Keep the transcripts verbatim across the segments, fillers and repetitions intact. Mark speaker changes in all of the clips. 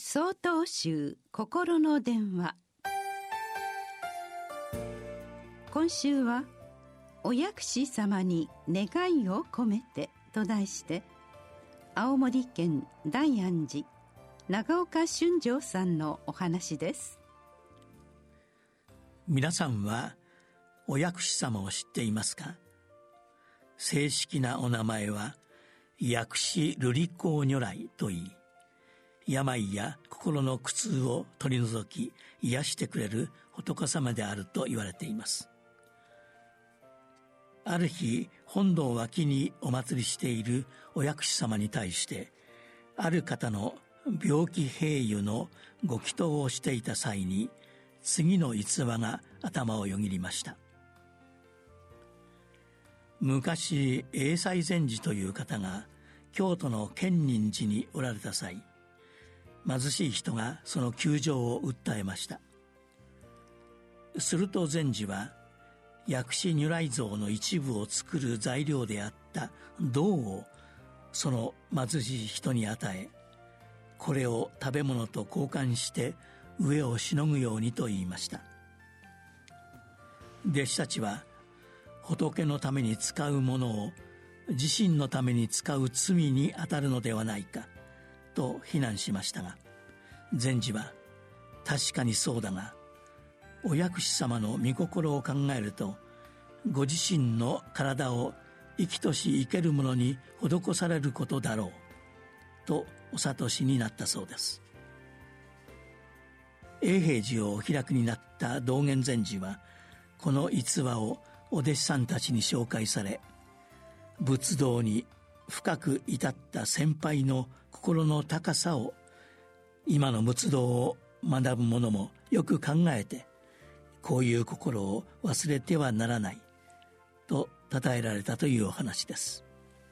Speaker 1: 総統集心の電話。今週はお薬師様に願いを込めてと題して、青森県大安寺長岡俊丈さんのお話です。
Speaker 2: 皆さんはお薬師様を知っていますか？正式なお名前は薬師瑠璃光如来といい、病や心の苦痛を取り除き癒してくれる仏様であると言われています。ある日、本堂脇にお祭りしているお薬師様に対して、ある方の病気併誘のご祈祷をしていた際に、次の逸話が頭をよぎりました。昔、永西禅師という方が京都の建仁寺におられた際、貧しい人がその窮状を訴えました。すると禅師は、薬師如来像の一部を作る材料であった銅をその貧しい人に与え、これを食べ物と交換して飢えをしのぐようにと言いました。弟子たちは、仏のために使うものを自身のために使う罪に当たるのではないかと非難しましたが、禅師は、確かにそうだが、お薬師様の御心を考えると、ご自身の体を生きとし生けるものに施されることだろうとお諭しになったそうです。永平寺をお開きになった道元禅師は、この逸話をお弟子さんたちに紹介され、仏道に深く至った先輩の心の高さを、今の仏道を学ぶ者もよく考えて、こういう心を忘れてはならないと称えられたというお話です。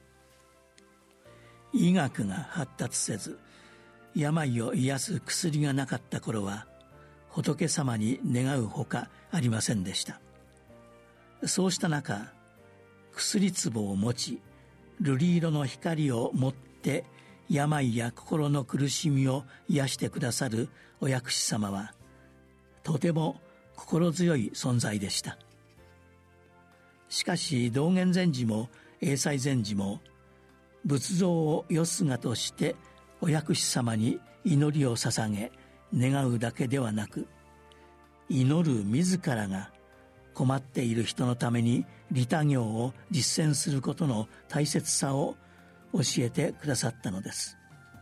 Speaker 2: 医学が発達せず、病を癒す薬がなかった頃は、仏様に願うほかありませんでした。そうした中、薬壺を持ち、瑠璃色の光を持って病や心の苦しみを癒してくださるお薬師様は、とても心強い存在でした。しかし道元禅師も永西禅師も、仏像をよすがとしてお薬師様に祈りを捧げ願うだけではなく、祈る自らが困っている人のために利他行を実践することの大切さを教えてくださったのです。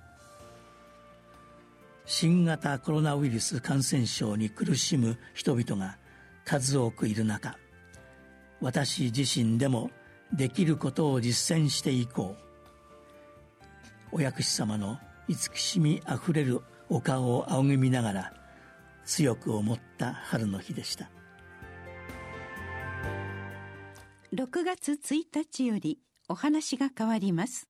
Speaker 2: 新型コロナウイルス感染症に苦しむ人々が数多くいる中、私自身でもできることを実践していこう。お薬師様の慈しみあふれるお顔を仰ぎ見ながら強く思った春の日でした。
Speaker 1: ろくがつついたちよりお話が変わります。